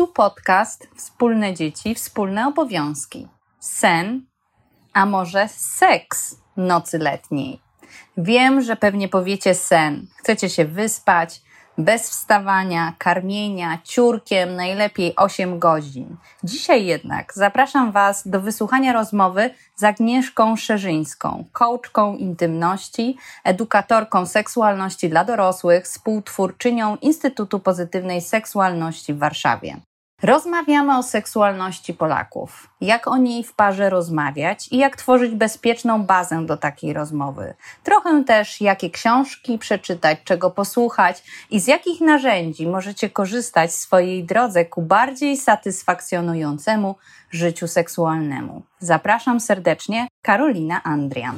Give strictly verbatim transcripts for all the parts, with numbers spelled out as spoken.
Tu podcast Wspólne dzieci, wspólne obowiązki. Sen, a może seks nocy letniej. Wiem, że pewnie powiecie sen. Chcecie się wyspać, bez wstawania, karmienia, ciurkiem, najlepiej osiem godzin. Dzisiaj jednak zapraszam Was do wysłuchania rozmowy z Agnieszką Szerzyńską, coachką intymności, edukatorką seksualności dla dorosłych, współtwórczynią Instytutu Pozytywnej Seksualności w Warszawie. Rozmawiamy o seksualności Polaków, jak o niej w parze rozmawiać i jak tworzyć bezpieczną bazę do takiej rozmowy. Trochę też jakie książki przeczytać, czego posłuchać i z jakich narzędzi możecie korzystać w swojej drodze ku bardziej satysfakcjonującemu życiu seksualnemu. Zapraszam serdecznie, Karolina Andrian.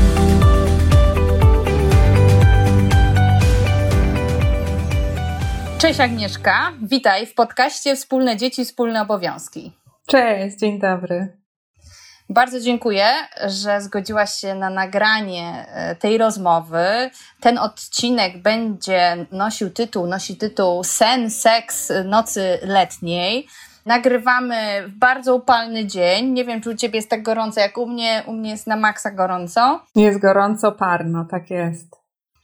Cześć Agnieszka, witaj w podcaście Wspólne dzieci, wspólne obowiązki. Cześć, dzień dobry. Bardzo dziękuję, że zgodziłaś się na nagranie tej rozmowy. Ten odcinek będzie nosił tytuł, nosi tytuł Sen, seks nocy letniej. Nagrywamy w bardzo upalny dzień. Nie wiem, czy u Ciebie jest tak gorąco jak u mnie. U mnie jest na maksa gorąco. Jest gorąco, parno, tak jest.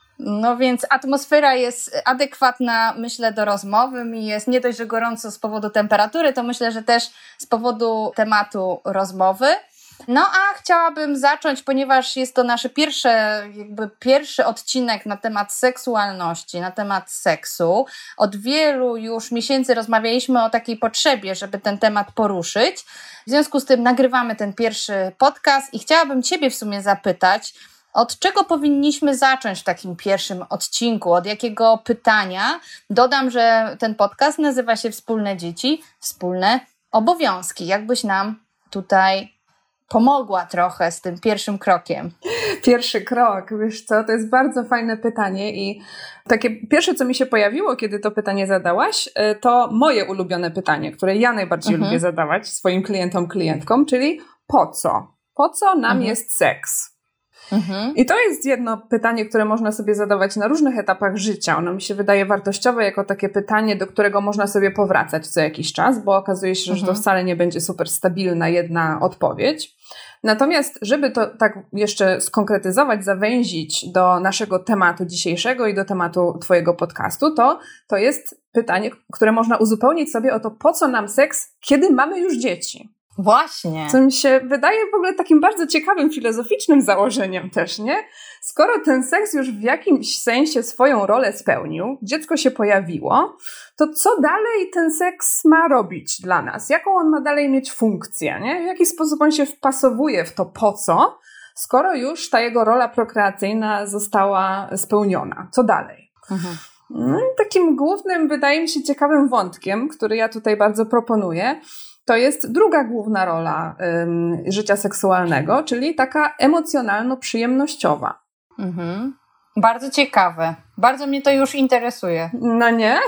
No więc atmosfera jest adekwatna, myślę, do rozmowy. Mi jest nie dość, że gorąco z powodu temperatury, to myślę, że też z powodu tematu rozmowy. No a chciałabym zacząć, ponieważ jest to nasz pierwszy, jakby pierwszy odcinek na temat seksualności, na temat seksu. Od wielu już miesięcy rozmawialiśmy o takiej potrzebie, żeby ten temat poruszyć. W związku z tym nagrywamy ten pierwszy podcast i chciałabym Ciebie w sumie zapytać, od czego powinniśmy zacząć w takim pierwszym odcinku? Od jakiego pytania? Dodam, że ten podcast nazywa się Wspólne dzieci, wspólne obowiązki. Jakbyś nam tutaj pomogła trochę z tym pierwszym krokiem? Pierwszy krok, wiesz co, to jest bardzo fajne pytanie i takie pierwsze, co mi się pojawiło, kiedy to pytanie zadałaś, to moje ulubione pytanie, które ja najbardziej mhm. lubię zadawać swoim klientom, klientkom, czyli po co? Po co nam mhm. jest seks? Mhm. I to jest jedno pytanie, które można sobie zadawać na różnych etapach życia. Ono mi się wydaje wartościowe jako takie pytanie, do którego można sobie powracać co jakiś czas, bo okazuje się, mhm. że to wcale nie będzie super stabilna jedna odpowiedź. Natomiast, żeby to tak jeszcze skonkretyzować, zawęzić do naszego tematu dzisiejszego i do tematu Twojego podcastu, to to jest pytanie, które można uzupełnić sobie o to, po co nam seks, kiedy mamy już dzieci. Właśnie. Co mi się wydaje w ogóle takim bardzo ciekawym, filozoficznym założeniem też, nie? Skoro ten seks już w jakimś sensie swoją rolę spełnił, dziecko się pojawiło, to co dalej ten seks ma robić dla nas? Jaką on ma dalej mieć funkcję, nie? W jaki sposób on się wpasowuje w to po co, skoro już ta jego rola prokreacyjna została spełniona? Co dalej? Mhm. No i takim głównym, wydaje mi się, ciekawym wątkiem, który ja tutaj bardzo proponuję, to jest druga główna rola ym, życia seksualnego, czyli taka emocjonalno-przyjemnościowa. Mhm. Bardzo ciekawe. Bardzo mnie to już interesuje. No nie?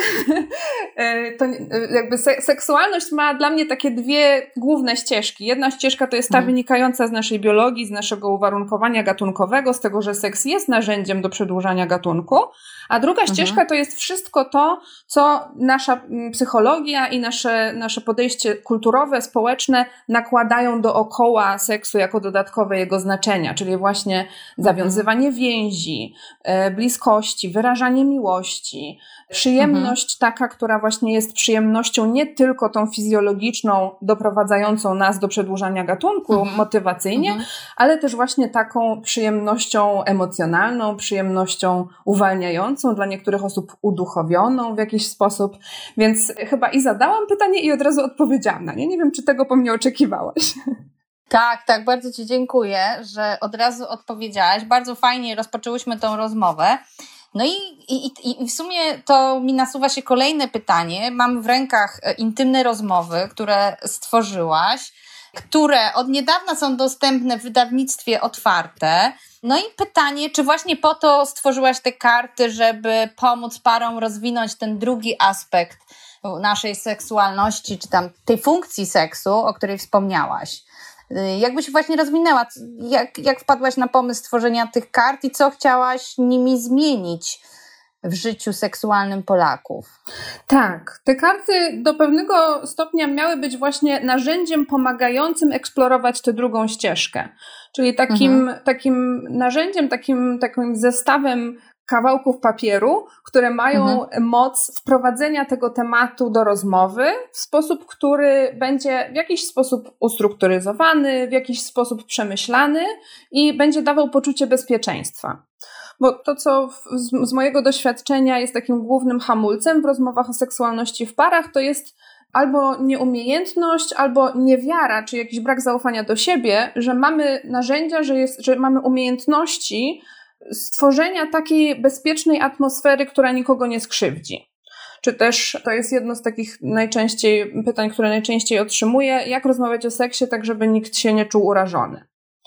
to jakby se- seksualność ma dla mnie takie dwie główne ścieżki. Jedna ścieżka to jest ta mhm. wynikająca z naszej biologii, z naszego uwarunkowania gatunkowego, z tego, że seks jest narzędziem do przedłużania gatunku, a druga mhm. ścieżka to jest wszystko to, co nasza psychologia i nasze, nasze podejście kulturowe, społeczne nakładają dookoła seksu jako dodatkowe jego znaczenia, czyli właśnie zawiązywanie więzi, bliskości, wyrażanie miłości, przyjemność mhm. taka, która właśnie jest przyjemnością nie tylko tą fizjologiczną, doprowadzającą nas do przedłużania gatunku mhm. motywacyjnie, mhm. ale też właśnie taką przyjemnością emocjonalną, przyjemnością uwalniającą, dla niektórych osób uduchowioną w jakiś sposób. Więc chyba i zadałam pytanie i od razu odpowiedziałam na nie. Nie wiem, czy tego po mnie oczekiwałaś. Tak, tak, bardzo Ci dziękuję, że od razu odpowiedziałaś. Bardzo fajnie rozpoczęłyśmy tą rozmowę. No i, i, i w sumie to mi nasuwa się kolejne pytanie. Mam w rękach intymne rozmowy, które stworzyłaś, które od niedawna są dostępne w wydawnictwie Otwarte. No i pytanie, czy właśnie po to stworzyłaś te karty, żeby pomóc parom rozwinąć ten drugi aspekt naszej seksualności, czy tam tej funkcji seksu, o której wspomniałaś. Jakbyś właśnie rozwinęła, jak, jak wpadłaś na pomysł stworzenia tych kart i co chciałaś nimi zmienić w życiu seksualnym Polaków. Tak, te karty do pewnego stopnia miały być właśnie narzędziem pomagającym eksplorować tę drugą ścieżkę. Czyli takim, mhm. takim narzędziem, takim, takim zestawem kawałków papieru, które mają mhm. moc wprowadzenia tego tematu do rozmowy w sposób, który będzie w jakiś sposób ustrukturyzowany, w jakiś sposób przemyślany i będzie dawał poczucie bezpieczeństwa. Bo to, co w, z, z mojego doświadczenia jest takim głównym hamulcem w rozmowach o seksualności w parach, to jest albo nieumiejętność, albo niewiara, czy jakiś brak zaufania do siebie, że mamy narzędzia, że, jest, że mamy umiejętności stworzenia takiej bezpiecznej atmosfery, która nikogo nie skrzywdzi. Czy też to jest jedno z takich najczęściej pytań, które najczęściej otrzymuję, jak rozmawiać o seksie tak, żeby nikt się nie czuł urażony.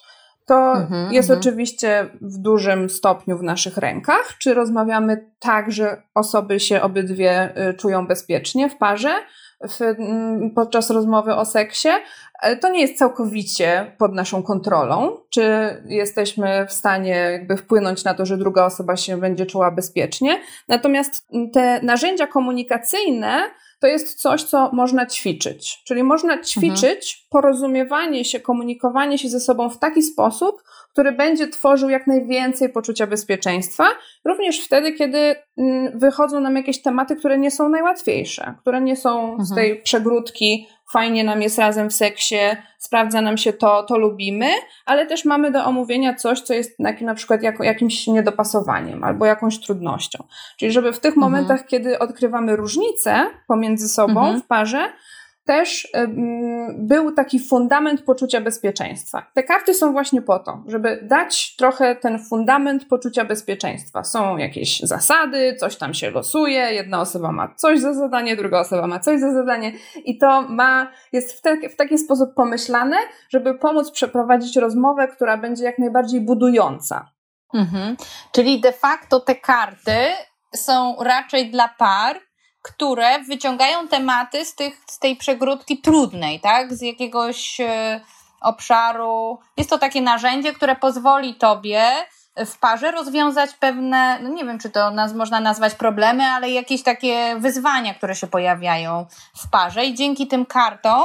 To mm-hmm, jest mm-hmm. oczywiście w dużym stopniu w naszych rękach. Czy rozmawiamy tak, że osoby się obydwie czują bezpiecznie w parze w, podczas rozmowy o seksie? To nie jest całkowicie pod naszą kontrolą. Czy jesteśmy w stanie jakby wpłynąć na to, że druga osoba się będzie czuła bezpiecznie? Natomiast te narzędzia komunikacyjne to jest coś, co można ćwiczyć. Czyli można ćwiczyć mhm. porozumiewanie się, komunikowanie się ze sobą w taki sposób, który będzie tworzył jak najwięcej poczucia bezpieczeństwa, również wtedy, kiedy wychodzą nam jakieś tematy, które nie są najłatwiejsze, które nie są mhm. z tej przegródki, fajnie nam jest razem w seksie, sprawdza nam się to, to lubimy, ale też mamy do omówienia coś, co jest na, na przykład jako, jakimś niedopasowaniem albo jakąś trudnością. Czyli żeby w tych mhm. momentach, kiedy odkrywamy różnice pomiędzy sobą mhm. w parze, też um, był taki fundament poczucia bezpieczeństwa. Te karty są właśnie po to, żeby dać trochę ten fundament poczucia bezpieczeństwa. Są jakieś zasady, coś tam się losuje, jedna osoba ma coś za zadanie, druga osoba ma coś za zadanie i to ma, jest w, te, w taki sposób pomyślane, żeby pomóc przeprowadzić rozmowę, która będzie jak najbardziej budująca. Mhm. Czyli de facto te karty są raczej dla par, które wyciągają tematy z, tych, z tej przegródki trudnej, tak? Z jakiegoś e, obszaru. Jest to takie narzędzie, które pozwoli tobie w parze rozwiązać pewne, no nie wiem, czy to nas można nazwać problemy, ale jakieś takie wyzwania, które się pojawiają w parze i dzięki tym kartom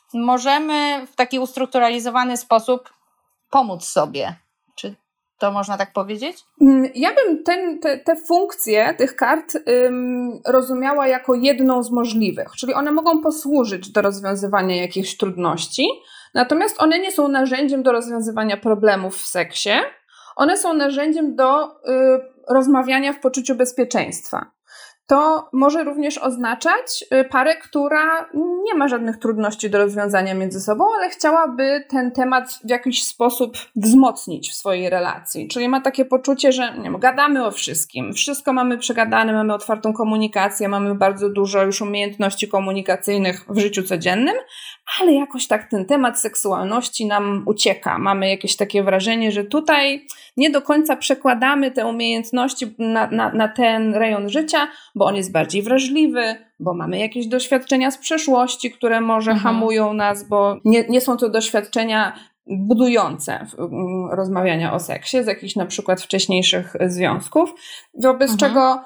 możemy w taki ustrukturalizowany sposób pomóc sobie. Czy to można tak powiedzieć? Ja bym ten, te, te funkcje tych kart ym, rozumiała jako jedną z możliwych, czyli one mogą posłużyć do rozwiązywania jakichś trudności, natomiast one nie są narzędziem do rozwiązywania problemów w seksie, one są narzędziem do y, rozmawiania w poczuciu bezpieczeństwa. To może również oznaczać parę, która nie ma żadnych trudności do rozwiązania między sobą, ale chciałaby ten temat w jakiś sposób wzmocnić w swojej relacji. Czyli ma takie poczucie, że nie wiem, gadamy o wszystkim, wszystko mamy przegadane, mamy otwartą komunikację, mamy bardzo dużo już umiejętności komunikacyjnych w życiu codziennym, ale jakoś tak ten temat seksualności nam ucieka. Mamy jakieś takie wrażenie, że tutaj nie do końca przekładamy te umiejętności na, na, na ten rejon życia, bo on jest bardziej wrażliwy, bo mamy jakieś doświadczenia z przeszłości, które może mhm. hamują nas, bo nie, nie są to doświadczenia budujące rozmawiania o seksie z jakichś na przykład wcześniejszych związków, wobec mhm. czego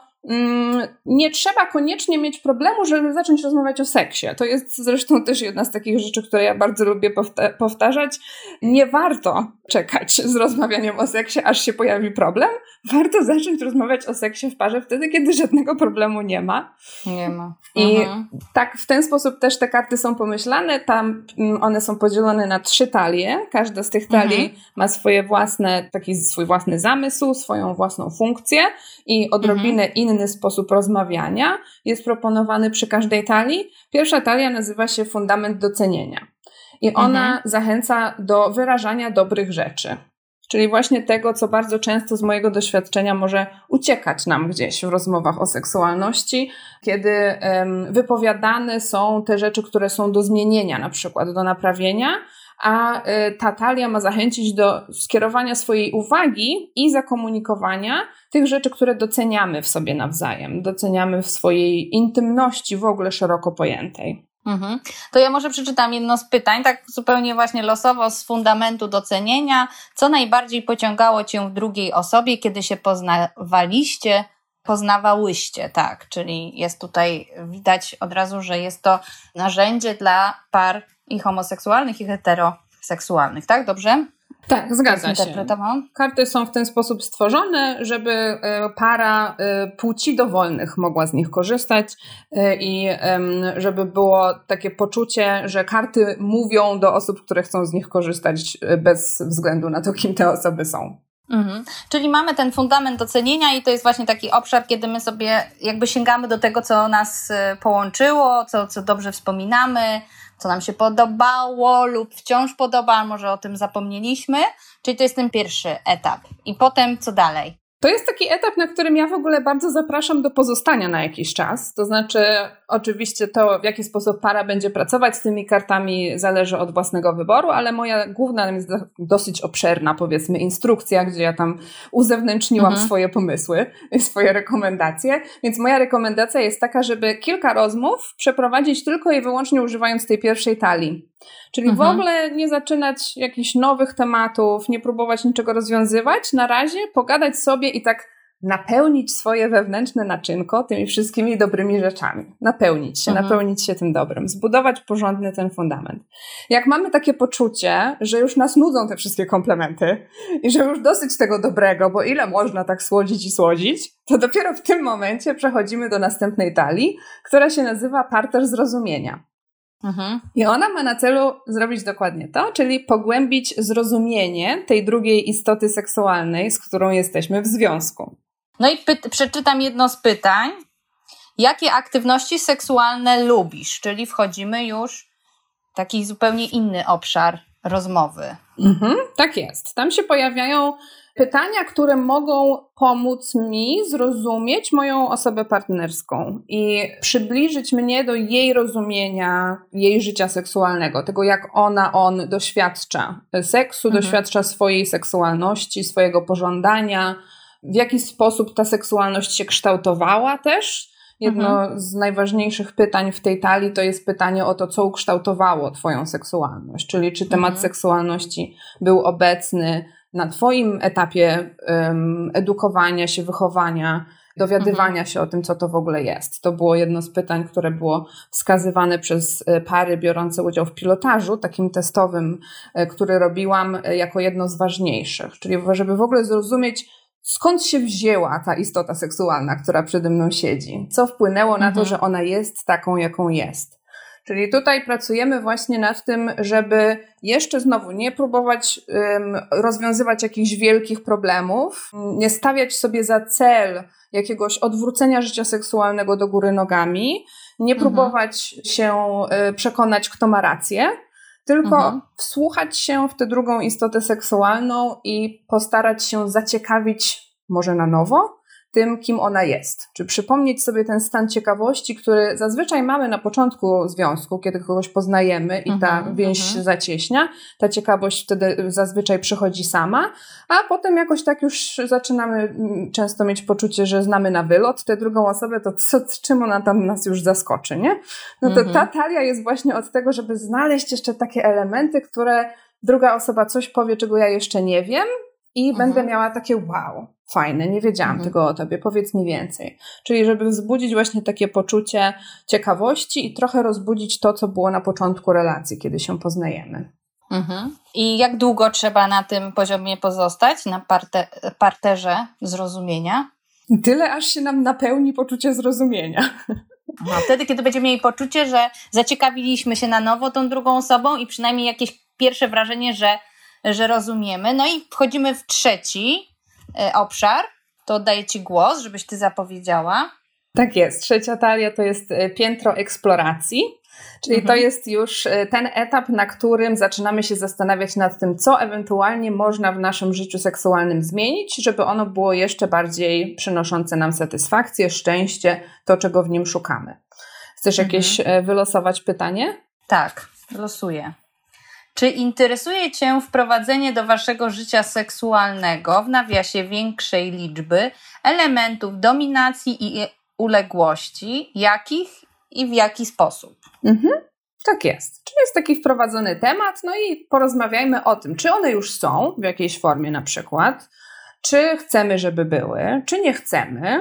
nie trzeba koniecznie mieć problemu, żeby zacząć rozmawiać o seksie. To jest zresztą też jedna z takich rzeczy, które ja bardzo lubię powta- powtarzać. Nie warto czekać z rozmawianiem o seksie, aż się pojawi problem. Warto zacząć rozmawiać o seksie w parze wtedy, kiedy żadnego problemu nie ma. Nie ma. I mhm. tak w ten sposób też te karty są pomyślane. Tam one są podzielone na trzy talie. Każda z tych talii mhm. ma swoje własne, taki swój własny zamysł, swoją własną funkcję i odrobinę mhm. inny sposób rozmawiania jest proponowany przy każdej talii. Pierwsza talia nazywa się fundament docenienia i ona mhm. zachęca do wyrażania dobrych rzeczy. Czyli właśnie tego, co bardzo często z mojego doświadczenia może uciekać nam gdzieś w rozmowach o seksualności, kiedy um, wypowiadane są te rzeczy, które są do zmienienia, na przykład do naprawienia, a y, ta talia ma zachęcić do skierowania swojej uwagi i zakomunikowania tych rzeczy, które doceniamy w sobie nawzajem, doceniamy w swojej intymności w ogóle szeroko pojętej. Mhm. To ja może przeczytam jedno z pytań, tak zupełnie właśnie losowo z fundamentu docenienia. Co najbardziej pociągało cię w drugiej osobie, kiedy się poznawaliście poznawałyście, tak, czyli jest tutaj widać od razu, że jest to narzędzie dla par i homoseksualnych, i heteroseksualnych, tak? Dobrze? Tak, zgadza się. Karty są w ten sposób stworzone, żeby para płci dowolnych mogła z nich korzystać i żeby było takie poczucie, że karty mówią do osób, które chcą z nich korzystać bez względu na to, kim te osoby są. Mhm. Czyli mamy ten fundament docenienia i to jest właśnie taki obszar, kiedy my sobie jakby sięgamy do tego, co nas połączyło, co, co dobrze wspominamy, co nam się podobało lub wciąż podoba, a może o tym zapomnieliśmy. Czyli to jest ten pierwszy etap. I potem co dalej? To jest taki etap, na którym ja w ogóle bardzo zapraszam do pozostania na jakiś czas. To znaczy, oczywiście to, w jaki sposób para będzie pracować z tymi kartami, zależy od własnego wyboru, ale moja główna jest dosyć obszerna, powiedzmy, instrukcja, gdzie ja tam uzewnętrzniłam mhm. swoje pomysły, swoje rekomendacje. Więc moja rekomendacja jest taka, żeby kilka rozmów przeprowadzić tylko i wyłącznie używając tej pierwszej talii. Czyli mhm. w ogóle nie zaczynać jakichś nowych tematów, nie próbować niczego rozwiązywać. Na razie pogadać sobie i tak napełnić swoje wewnętrzne naczynko tymi wszystkimi dobrymi rzeczami. Napełnić się, mhm. napełnić się tym dobrem. Zbudować porządny ten fundament. Jak mamy takie poczucie, że już nas nudzą te wszystkie komplementy i że już dosyć tego dobrego, bo ile można tak słodzić i słodzić, to dopiero w tym momencie przechodzimy do następnej talii, która się nazywa parter zrozumienia. Mhm. I ona ma na celu zrobić dokładnie to, czyli pogłębić zrozumienie tej drugiej istoty seksualnej, z którą jesteśmy w związku. No i py- przeczytam jedno z pytań. Jakie aktywności seksualne lubisz? Czyli wchodzimy już w taki zupełnie inny obszar rozmowy. Mhm, tak jest. Tam się pojawiają pytania, które mogą pomóc mi zrozumieć moją osobę partnerską i przybliżyć mnie do jej rozumienia, jej życia seksualnego, tego jak ona, on doświadcza seksu, mhm. doświadcza swojej seksualności, swojego pożądania, w jaki sposób ta seksualność się kształtowała też. Jedno mhm. z najważniejszych pytań w tej talii to jest pytanie o to, co ukształtowało twoją seksualność, czyli czy temat mhm. seksualności był obecny na twoim etapie um, edukowania się, wychowania, dowiadywania mhm. się o tym, co to w ogóle jest. To było jedno z pytań, które było wskazywane przez pary biorące udział w pilotażu, takim testowym, który robiłam jako jedno z ważniejszych. Czyli żeby w ogóle zrozumieć, skąd się wzięła ta istota seksualna, która przede mną siedzi? Co wpłynęło mhm. na to, że ona jest taką, jaką jest? Czyli tutaj pracujemy właśnie nad tym, żeby jeszcze znowu nie próbować um, rozwiązywać jakichś wielkich problemów, nie stawiać sobie za cel jakiegoś odwrócenia życia seksualnego do góry nogami, nie mhm. próbować się y, przekonać, kto ma rację, tylko mhm. wsłuchać się w tę drugą istotę seksualną i postarać się zaciekawić może na nowo tym, kim ona jest. Czy przypomnieć sobie ten stan ciekawości, który zazwyczaj mamy na początku związku, kiedy kogoś poznajemy i ta mhm, więź mhm. się zacieśnia. Ta ciekawość wtedy zazwyczaj przychodzi sama, a potem jakoś tak już zaczynamy często mieć poczucie, że znamy na wylot tę drugą osobę, to co, czym ona tam nas już zaskoczy, nie? No to mhm. ta talia jest właśnie od tego, żeby znaleźć jeszcze takie elementy, które druga osoba coś powie, czego ja jeszcze nie wiem i mhm. będę miała takie wow, fajne, nie wiedziałam mhm. tego o tobie, powiedz mi więcej. Czyli żeby wzbudzić właśnie takie poczucie ciekawości i trochę rozbudzić to, co było na początku relacji, kiedy się poznajemy. Mhm. I jak długo trzeba na tym poziomie pozostać, na parte, parterze zrozumienia? Tyle, aż się nam napełni poczucie zrozumienia. No, wtedy, kiedy będziemy mieli poczucie, że zaciekawiliśmy się na nowo tą drugą osobą i przynajmniej jakieś pierwsze wrażenie, że, że rozumiemy. No i wchodzimy w trzeci y, obszar. To oddaję ci głos, żebyś ty zapowiedziała. Tak jest. Trzecia talia to jest piętro eksploracji. Czyli mhm. to jest już ten etap, na którym zaczynamy się zastanawiać nad tym, co ewentualnie można w naszym życiu seksualnym zmienić, żeby ono było jeszcze bardziej przynoszące nam satysfakcję, szczęście, to czego w nim szukamy. Chcesz jakieś mhm. wylosować pytanie? Tak, losuję. Czy interesuje cię wprowadzenie do waszego życia seksualnego, w nawiasie większej liczby, elementów dominacji i uległości, jakich i w jaki sposób? Mhm, tak jest. Czyli jest taki wprowadzony temat, no i porozmawiajmy o tym, czy one już są w jakiejś formie na przykład, czy chcemy, żeby były, czy nie chcemy,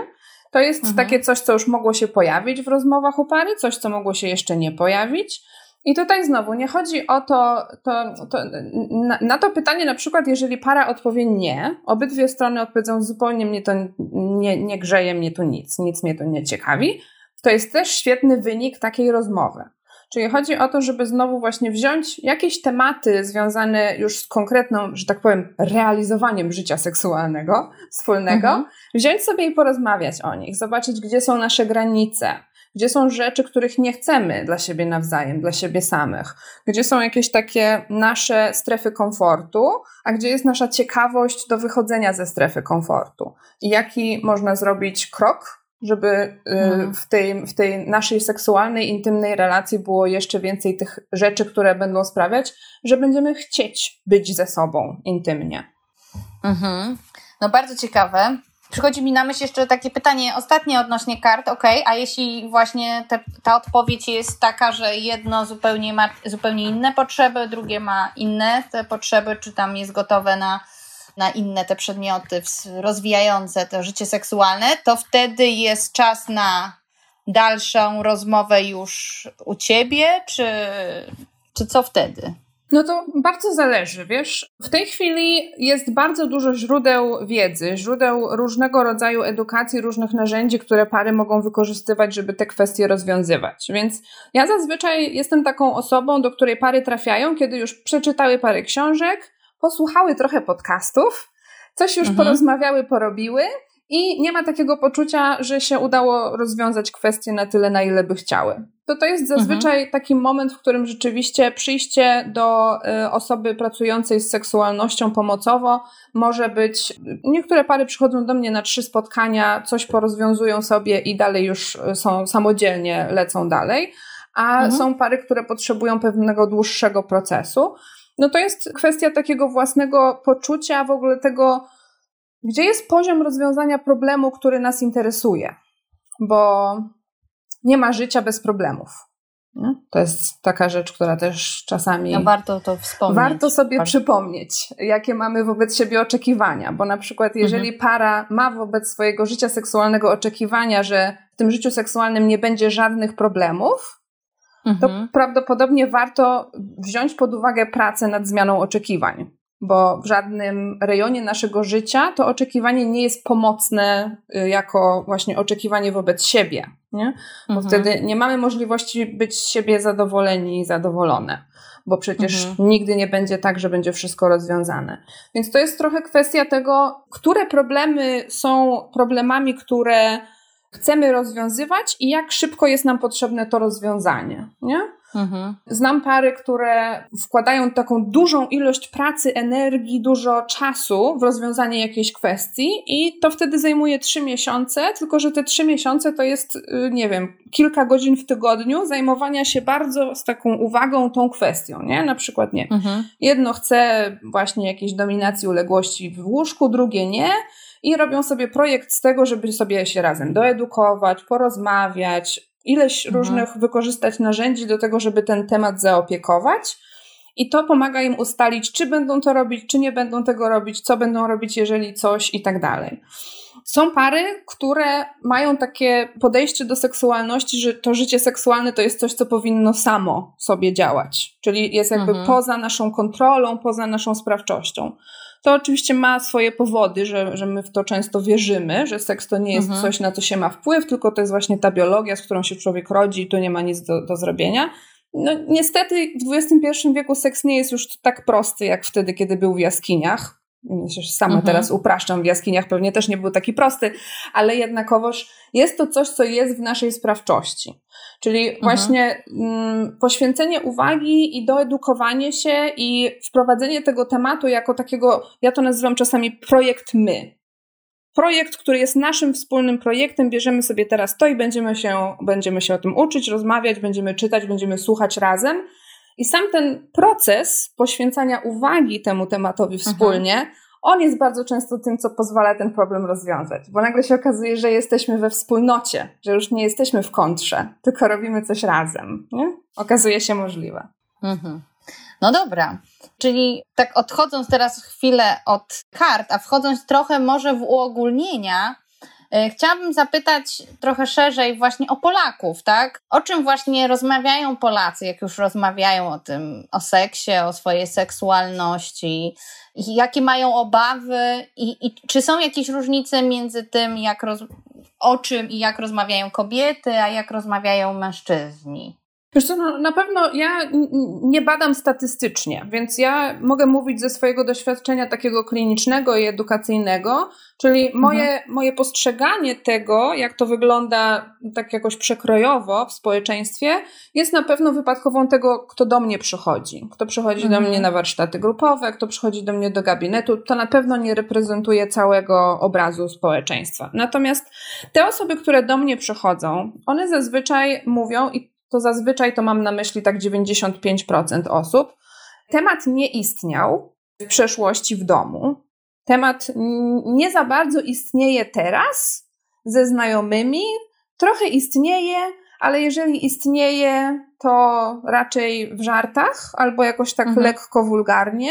To jest mhm. takie coś, co już mogło się pojawić w rozmowach u pary, coś, co mogło się jeszcze nie pojawić. I tutaj znowu nie chodzi o to, to, to na, na to pytanie na przykład, jeżeli para odpowie nie, obydwie strony odpowiedzą zupełnie mnie to nie, nie grzeje, mnie to nic, nic mnie to nie ciekawi, to jest też świetny wynik takiej rozmowy. Czyli chodzi o to, żeby znowu właśnie wziąć jakieś tematy związane już z konkretną, że tak powiem, realizowaniem życia seksualnego, wspólnego, mhm. wziąć sobie i porozmawiać o nich, zobaczyć, gdzie są nasze granice, gdzie są rzeczy, których nie chcemy dla siebie nawzajem, dla siebie samych, gdzie są jakieś takie nasze strefy komfortu, a gdzie jest nasza ciekawość do wychodzenia ze strefy komfortu i jaki można zrobić krok, żeby hmm. w, tej, w tej naszej seksualnej, intymnej relacji było jeszcze więcej tych rzeczy, które będą sprawiać, że będziemy chcieć być ze sobą intymnie. Mhm. No bardzo ciekawe. Przychodzi mi na myśl jeszcze takie pytanie ostatnie odnośnie kart, okej, okay, a jeśli właśnie te, ta odpowiedź jest taka, że jedno zupełnie ma zupełnie inne potrzeby, drugie ma inne te potrzeby, czy tam jest gotowe na na inne te przedmioty rozwijające to życie seksualne, to wtedy jest czas na dalszą rozmowę już u ciebie, czy, czy co wtedy? No to bardzo zależy, wiesz. W tej chwili jest bardzo dużo źródeł wiedzy, źródeł różnego rodzaju edukacji, różnych narzędzi, które pary mogą wykorzystywać, żeby te kwestie rozwiązywać. Więc ja zazwyczaj jestem taką osobą, do której pary trafiają, kiedy już przeczytały parę książek, posłuchały trochę podcastów, coś już mhm. porozmawiały, porobiły i nie ma takiego poczucia, że się udało rozwiązać kwestie na tyle, na ile by chciały. To to jest zazwyczaj mhm. taki moment, w którym rzeczywiście przyjście do y, osoby pracującej z seksualnością pomocowo może być... Niektóre pary przychodzą do mnie na trzy spotkania, coś porozwiązują sobie i dalej już są samodzielnie, lecą dalej, a mhm. są pary, które potrzebują pewnego dłuższego procesu. No to jest kwestia takiego własnego poczucia, w ogóle tego, gdzie jest poziom rozwiązania problemu, który nas interesuje, bo nie ma życia bez problemów. Nie? To jest taka rzecz, która też czasami... No warto to wspomnieć. Warto sobie warto. przypomnieć, jakie mamy wobec siebie oczekiwania, bo na przykład jeżeli mhm. para ma wobec swojego życia seksualnego oczekiwania, że w tym życiu seksualnym nie będzie żadnych problemów, to mhm. prawdopodobnie warto wziąć pod uwagę pracę nad zmianą oczekiwań, bo w żadnym rejonie naszego życia to oczekiwanie nie jest pomocne jako właśnie oczekiwanie wobec siebie, nie? Bo mhm. wtedy nie mamy możliwości być z siebie zadowoleni i zadowolone, bo przecież mhm. nigdy nie będzie tak, że będzie wszystko rozwiązane. Więc to jest trochę kwestia tego, które problemy są problemami, które chcemy rozwiązywać i jak szybko jest nam potrzebne to rozwiązanie, nie? Mhm. Znam pary, które wkładają taką dużą ilość pracy, energii, dużo czasu w rozwiązanie jakiejś kwestii i to wtedy zajmuje trzy miesiące, tylko że te trzy miesiące to jest, nie wiem, kilka godzin w tygodniu zajmowania się bardzo z taką uwagą tą kwestią, nie? Na przykład nie. Mhm. Jedno chce właśnie jakiejś dominacji uległości w łóżku, drugie nie. I robią sobie projekt z tego, żeby sobie się razem doedukować, porozmawiać, ileś mhm. różnych wykorzystać narzędzi do tego, żeby ten temat zaopiekować. I to pomaga im ustalić, czy będą to robić, czy nie będą tego robić, co będą robić, jeżeli coś i tak dalej. Są pary, które mają takie podejście do seksualności, że to życie seksualne to jest coś, co powinno samo sobie działać. Czyli jest jakby mhm. poza naszą kontrolą, poza naszą sprawczością. To oczywiście ma swoje powody, że, że my w to często wierzymy, że seks to nie jest mhm. coś, na co się ma wpływ, tylko to jest właśnie ta biologia, z którą się człowiek rodzi i tu nie ma nic do, do zrobienia. No niestety w dwudziestym pierwszym wieku seks nie jest już tak prosty, jak wtedy, kiedy był w jaskiniach. Myślę, że sama mhm. teraz upraszczam, w jaskiniach pewnie też nie był taki prosty, ale jednakowoż jest to coś, co jest w naszej sprawczości. Czyli mhm. właśnie mm, poświęcenie uwagi i doedukowanie się i wprowadzenie tego tematu jako takiego, ja to nazywam czasami projekt my. Projekt, który jest naszym wspólnym projektem, bierzemy sobie teraz to i będziemy się, będziemy się o tym uczyć, rozmawiać, będziemy czytać, będziemy słuchać razem. I sam ten proces poświęcania uwagi temu tematowi wspólnie, mhm. on jest bardzo często tym, co pozwala ten problem rozwiązać. Bo nagle się okazuje, że jesteśmy we wspólnocie, że już nie jesteśmy w kontrze, tylko robimy coś razem. Nie? Okazuje się możliwe. Mhm. No dobra, czyli tak odchodząc teraz chwilę od kart, a wchodząc trochę może w uogólnienia, Chciałabym zapytać trochę szerzej właśnie o Polaków, tak? O czym właśnie rozmawiają Polacy, jak już rozmawiają o tym, o seksie, o swojej seksualności, i jakie mają obawy i, i czy są jakieś różnice między tym, jak roz, o czym i jak rozmawiają kobiety, a jak rozmawiają mężczyźni? Wiesz co, no, na pewno ja nie badam statystycznie, więc ja mogę mówić ze swojego doświadczenia takiego klinicznego i edukacyjnego, czyli moje, mhm. moje postrzeganie tego, jak to wygląda tak jakoś przekrojowo w społeczeństwie, jest na pewno wypadkową tego, kto do mnie przychodzi. Kto przychodzi mhm. do mnie na warsztaty grupowe, kto przychodzi do mnie do gabinetu, to na pewno nie reprezentuje całego obrazu społeczeństwa. Natomiast te osoby, które do mnie przychodzą, one zazwyczaj mówią, i to zazwyczaj to mam na myśli tak dziewięćdziesiąt pięć procent osób. Temat nie istniał w przeszłości w domu. Temat nie za bardzo istnieje teraz ze znajomymi. Trochę istnieje, ale jeżeli istnieje, to raczej w żartach albo jakoś tak mhm. lekko wulgarnie.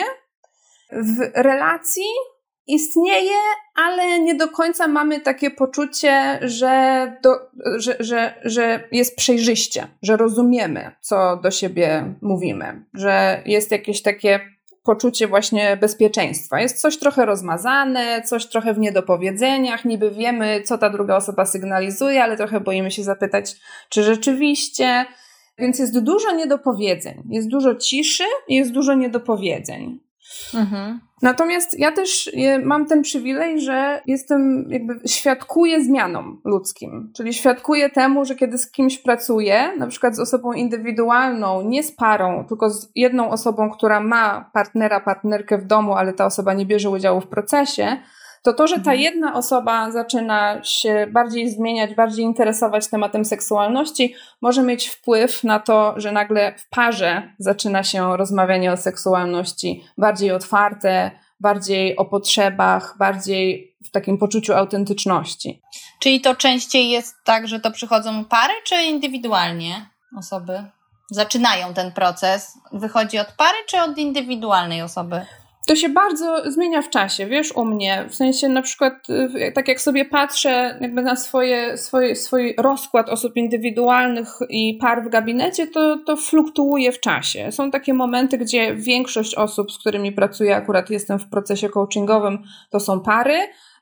W relacji istnieje, ale nie do końca mamy takie poczucie, że, do, że, że, że jest przejrzyście, że rozumiemy, co do siebie mówimy, że jest jakieś takie poczucie właśnie bezpieczeństwa. Jest coś trochę rozmazane, coś trochę w niedopowiedzeniach, niby wiemy, co ta druga osoba sygnalizuje, ale trochę boimy się zapytać, czy rzeczywiście. Więc jest dużo niedopowiedzeń, jest dużo ciszy i jest dużo niedopowiedzeń. Mhm. Natomiast ja też mam ten przywilej, że jestem jakby świadkuję zmianom ludzkim, czyli świadkuję temu, że kiedy z kimś pracuję, na przykład z osobą indywidualną, nie z parą, tylko z jedną osobą, która ma partnera, partnerkę w domu, ale ta osoba nie bierze udziału w procesie, to to, że ta jedna osoba zaczyna się bardziej zmieniać, bardziej interesować tematem seksualności, może mieć wpływ na to, że nagle w parze zaczyna się rozmawianie o seksualności bardziej otwarte, bardziej o potrzebach, bardziej w takim poczuciu autentyczności. Czyli to częściej jest tak, że to przychodzą pary, czy indywidualnie osoby zaczynają ten proces? Wychodzi od pary, czy od indywidualnej osoby? To się bardzo zmienia w czasie, wiesz, u mnie. W sensie na przykład, tak jak sobie patrzę jakby na swoje, swoje, swój rozkład osób indywidualnych i par w gabinecie, to, to fluktuuje w czasie. Są takie momenty, gdzie większość osób, z którymi pracuję, akurat jestem w procesie coachingowym, to są pary.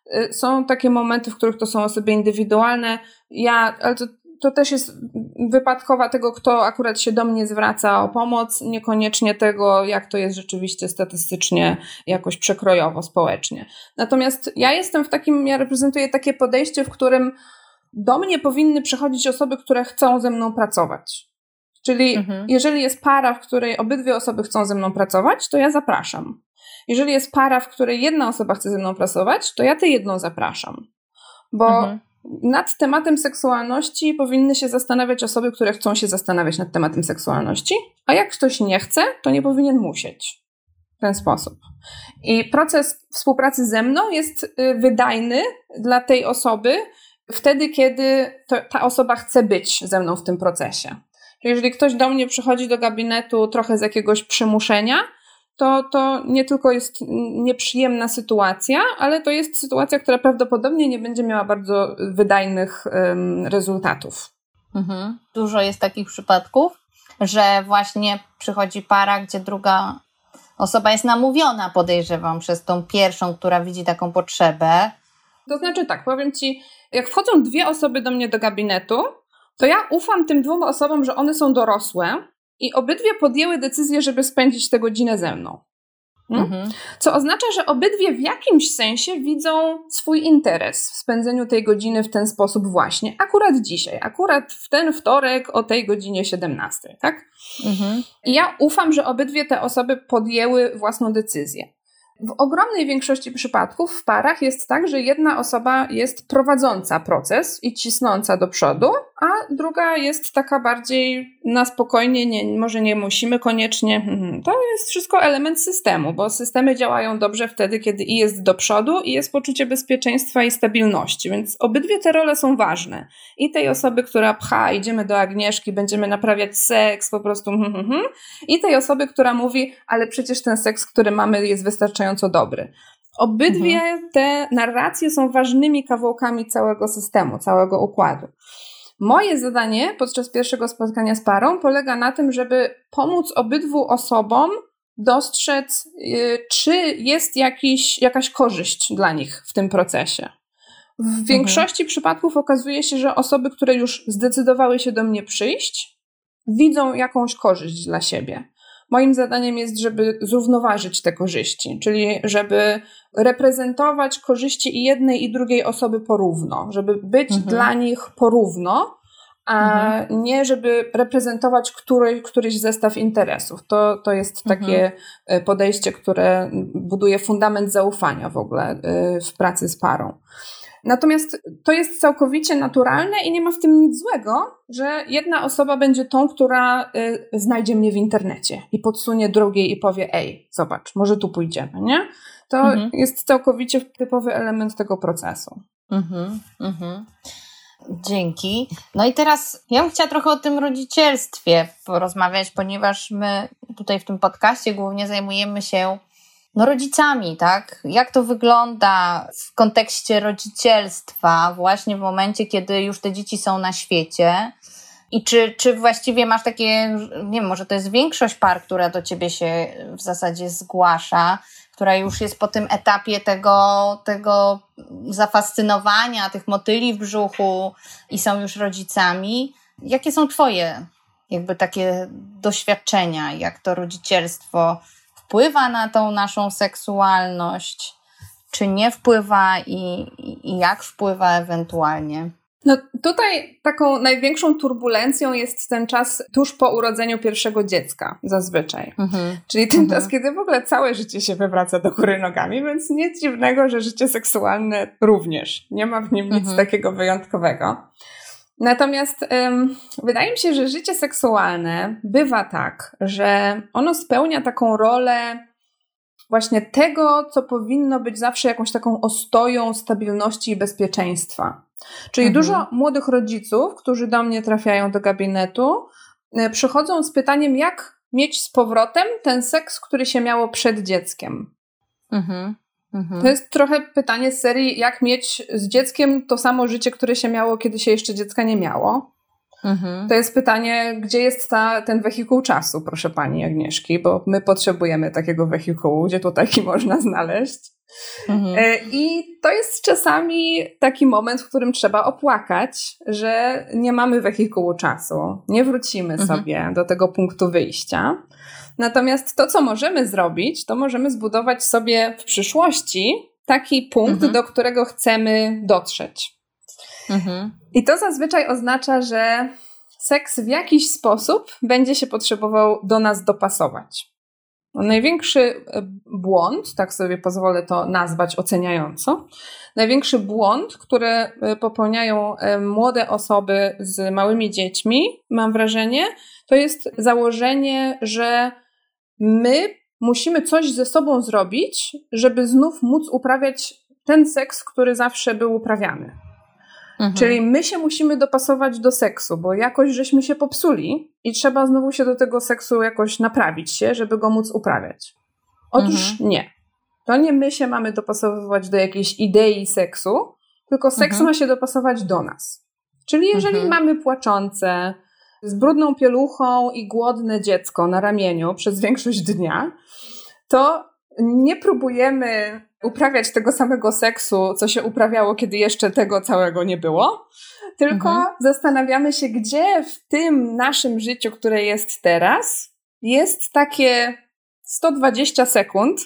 Są takie momenty, w których to są osoby indywidualne. Ja, ale to To też jest wypadkowa tego, kto akurat się do mnie zwraca o pomoc, niekoniecznie tego, jak to jest rzeczywiście statystycznie, jakoś przekrojowo, społecznie. Natomiast ja jestem w takim, ja reprezentuję takie podejście, w którym do mnie powinny przychodzić osoby, które chcą ze mną pracować. Czyli mhm. jeżeli jest para, w której obydwie osoby chcą ze mną pracować, to ja zapraszam. Jeżeli jest para, w której jedna osoba chce ze mną pracować, to ja tę jedną zapraszam. Bo mhm. nad tematem seksualności powinny się zastanawiać osoby, które chcą się zastanawiać nad tematem seksualności, a jak ktoś nie chce, to nie powinien musieć w ten sposób. I proces współpracy ze mną jest wydajny dla tej osoby wtedy, kiedy to, ta osoba chce być ze mną w tym procesie. Czyli jeżeli ktoś do mnie przychodzi do gabinetu trochę z jakiegoś przymuszenia, to, to nie tylko jest nieprzyjemna sytuacja, ale to jest sytuacja, która prawdopodobnie nie będzie miała bardzo wydajnych um, rezultatów. Mhm. Dużo jest takich przypadków, że właśnie przychodzi para, gdzie druga osoba jest namówiona, podejrzewam, przez tą pierwszą, która widzi taką potrzebę. To znaczy tak, powiem Ci, jak wchodzą dwie osoby do mnie do gabinetu, to ja ufam tym dwóm osobom, że one są dorosłe, i obydwie podjęły decyzję, żeby spędzić tę godzinę ze mną. Hmm? Mhm. Co oznacza, że obydwie w jakimś sensie widzą swój interes w spędzeniu tej godziny w ten sposób właśnie. Akurat dzisiaj, akurat w ten wtorek o tej godzinie siedemnastej, tak? Mhm. I ja ufam, że obydwie te osoby podjęły własną decyzję. W ogromnej większości przypadków w parach jest tak, że jedna osoba jest prowadząca proces i cisnąca do przodu, a druga jest taka bardziej na spokojnie, nie, może nie musimy koniecznie. To jest wszystko element systemu, bo systemy działają dobrze wtedy, kiedy i jest do przodu i jest poczucie bezpieczeństwa i stabilności, więc obydwie te role są ważne. I tej osoby, która pcha, idziemy do Agnieszki, będziemy naprawiać seks, po prostu i tej osoby, która mówi, ale przecież ten seks, który mamy, jest wystarczająco dobry. Obydwie mhm. te narracje są ważnymi kawałkami całego systemu, całego układu. Moje zadanie podczas pierwszego spotkania z parą polega na tym, żeby pomóc obydwu osobom dostrzec, yy, czy jest jakiś, jakaś korzyść dla nich w tym procesie. W większości mhm. przypadków okazuje się, że osoby, które już zdecydowały się do mnie przyjść, widzą jakąś korzyść dla siebie. Moim zadaniem jest, żeby zrównoważyć te korzyści, czyli żeby reprezentować korzyści i jednej i drugiej osoby porówno, żeby być mhm. dla nich porówno, a mhm. nie żeby reprezentować który, któryś zestaw interesów. To, to jest takie mhm. podejście, które buduje fundament zaufania w ogóle w pracy z parą. Natomiast to jest całkowicie naturalne i nie ma w tym nic złego, że jedna osoba będzie tą, która y, znajdzie mnie w internecie i podsunie drugiej i powie: ej, zobacz, może tu pójdziemy, nie? To mhm. jest całkowicie typowy element tego procesu. Mhm, mhm. Dzięki. No i teraz ja bym chciała trochę o tym rodzicielstwie porozmawiać, ponieważ my tutaj w tym podcaście głównie zajmujemy się no rodzicami, tak? Jak to wygląda w kontekście rodzicielstwa właśnie w momencie, kiedy już te dzieci są na świecie i czy, czy właściwie masz takie, nie wiem, może to jest większość par, która do ciebie się w zasadzie zgłasza, która już jest po tym etapie tego, tego zafascynowania, tych motyli w brzuchu i są już rodzicami. Jakie są twoje jakby takie doświadczenia, jak to rodzicielstwo wpływa na tą naszą seksualność, czy nie wpływa i, i jak wpływa ewentualnie? No tutaj taką największą turbulencją jest ten czas tuż po urodzeniu pierwszego dziecka zazwyczaj. Mhm. Czyli ten mhm. czas, kiedy w ogóle całe życie się wywraca do góry nogami, więc nic dziwnego, że życie seksualne również. Nie ma w nim nic mhm. takiego wyjątkowego. Natomiast ym, wydaje mi się, że życie seksualne bywa tak, że ono spełnia taką rolę właśnie tego, co powinno być zawsze jakąś taką ostoją stabilności i bezpieczeństwa. Czyli mhm. dużo młodych rodziców, którzy do mnie trafiają do gabinetu, y, przychodzą z pytaniem, jak mieć z powrotem ten seks, który się miało przed dzieckiem. Mhm. Mhm. To jest trochę pytanie z serii, jak mieć z dzieckiem to samo życie, które się miało, kiedy się jeszcze dziecka nie miało. Mhm. To jest pytanie, gdzie jest ta, ten wehikuł czasu, proszę pani Agnieszki, bo my potrzebujemy takiego wehikułu, gdzie tu taki można znaleźć. Mhm. I to jest czasami taki moment, w którym trzeba opłakać, że nie mamy wehikułu czasu, nie wrócimy mhm. sobie do tego punktu wyjścia. Natomiast to, co możemy zrobić, to możemy zbudować sobie w przyszłości taki punkt, mhm. do którego chcemy dotrzeć. Mhm. I to zazwyczaj oznacza, że seks w jakiś sposób będzie się potrzebował do nas dopasować. Największy błąd, tak sobie pozwolę to nazwać oceniająco, największy błąd, który popełniają młode osoby z małymi dziećmi, mam wrażenie, to jest założenie, że my musimy coś ze sobą zrobić, żeby znów móc uprawiać ten seks, który zawsze był uprawiany. Mhm. Czyli my się musimy dopasować do seksu, bo jakoś żeśmy się popsuli i trzeba znowu się do tego seksu jakoś naprawić się, żeby go móc uprawiać. Otóż mhm. nie. To nie my się mamy dopasowywać do jakiejś idei seksu, tylko seks mhm. ma się dopasować do nas. Czyli jeżeli mhm. mamy płaczące, z brudną pieluchą i głodne dziecko na ramieniu przez większość dnia, to nie próbujemy uprawiać tego samego seksu, co się uprawiało, kiedy jeszcze tego całego nie było, tylko mhm. zastanawiamy się, gdzie w tym naszym życiu, które jest teraz, jest takie sto dwadzieścia sekund,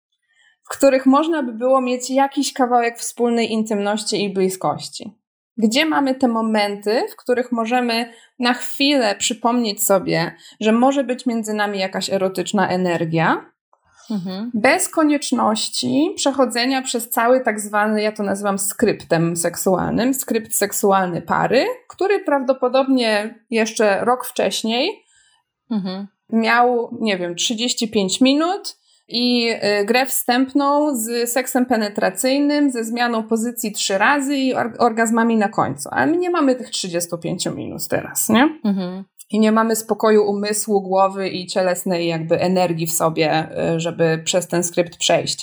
w których można by było mieć jakiś kawałek wspólnej intymności i bliskości. Gdzie mamy te momenty, w których możemy na chwilę przypomnieć sobie, że może być między nami jakaś erotyczna energia, mhm. bez konieczności przechodzenia przez cały tak zwany, ja to nazywam skryptem seksualnym, skrypt seksualny pary, który prawdopodobnie jeszcze rok wcześniej mhm. miał, nie wiem, trzydzieści pięć minut i y, grę wstępną z seksem penetracyjnym, ze zmianą pozycji trzy razy i or- orgazmami na końcu. Ale my nie mamy tych trzydzieści pięć minut teraz, nie? Mhm. I nie mamy spokoju umysłu, głowy i cielesnej jakby energii w sobie, żeby przez ten skrypt przejść.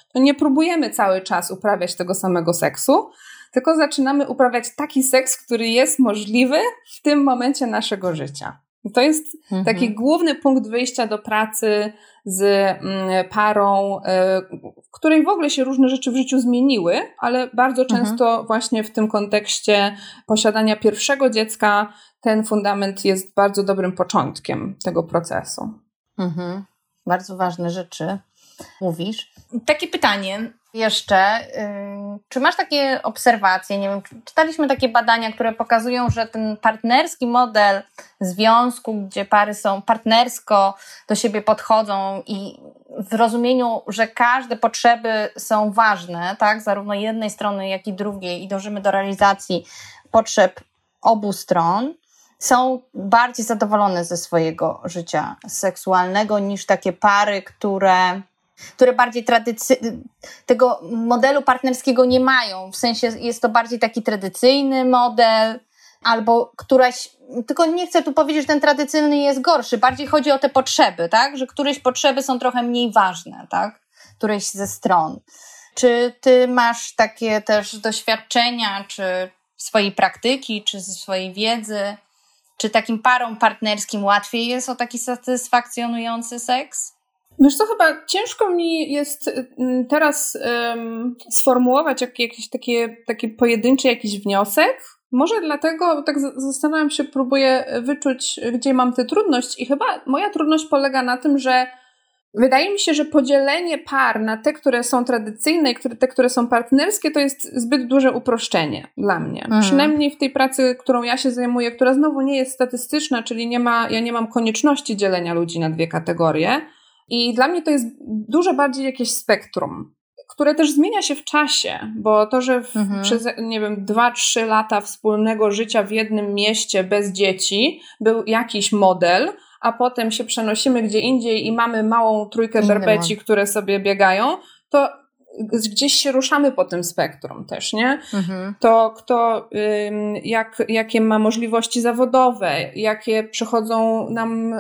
to nie próbujemy cały czas uprawiać tego samego seksu, tylko zaczynamy uprawiać taki seks, który jest możliwy w tym momencie naszego życia. I to jest mhm. taki główny punkt wyjścia do pracy z mm, parą, y, w której w ogóle się różne rzeczy w życiu zmieniły, ale bardzo mhm. często właśnie w tym kontekście posiadania pierwszego dziecka ten fundament jest bardzo dobrym początkiem tego procesu. Mhm. Bardzo ważne rzeczy mówisz. Takie pytanie jeszcze. Yy, czy masz takie obserwacje? Nie wiem, czytaliśmy takie badania, które pokazują, że ten partnerski model związku, gdzie pary są partnersko do siebie podchodzą i w rozumieniu, że każde potrzeby są ważne, tak, zarówno jednej strony, jak i drugiej, i dążymy do realizacji potrzeb obu stron, są bardziej zadowolone ze swojego życia seksualnego niż takie pary, które, które bardziej tradycy- tego modelu partnerskiego nie mają. W sensie jest to bardziej taki tradycyjny model, albo któraś, tylko nie chcę tu powiedzieć, że ten tradycyjny jest gorszy, bardziej chodzi o te potrzeby, tak? Że któreś potrzeby są trochę mniej ważne, tak? Któreś ze stron. Czy ty masz takie też doświadczenia, czy swojej praktyki, czy ze swojej wiedzy? Czy takim parom partnerskim łatwiej jest o taki satysfakcjonujący seks? Wiesz co, chyba ciężko mi jest teraz um, sformułować jak, jakiś takie, taki pojedynczy jakiś wniosek. Może dlatego tak zastanawiam się, próbuję wyczuć, gdzie mam tę trudność i chyba moja trudność polega na tym, że wydaje mi się, że podzielenie par na te, które są tradycyjne i te, które są partnerskie, to jest zbyt duże uproszczenie dla mnie. Mhm. Przynajmniej w tej pracy, którą ja się zajmuję, która znowu nie jest statystyczna, czyli nie ma, ja nie mam konieczności dzielenia ludzi na dwie kategorie. I dla mnie to jest dużo bardziej jakieś spektrum, które też zmienia się w czasie, bo to, że w, mhm. przez, nie wiem, dwa, trzy lata wspólnego życia w jednym mieście bez dzieci był jakiś model, a potem się przenosimy gdzie indziej i mamy małą trójkę berbeci, które sobie biegają, to gdzieś się ruszamy po tym spektrum też, nie? Mhm. To kto, ym, jak, jakie ma możliwości zawodowe, jakie przychodzą nam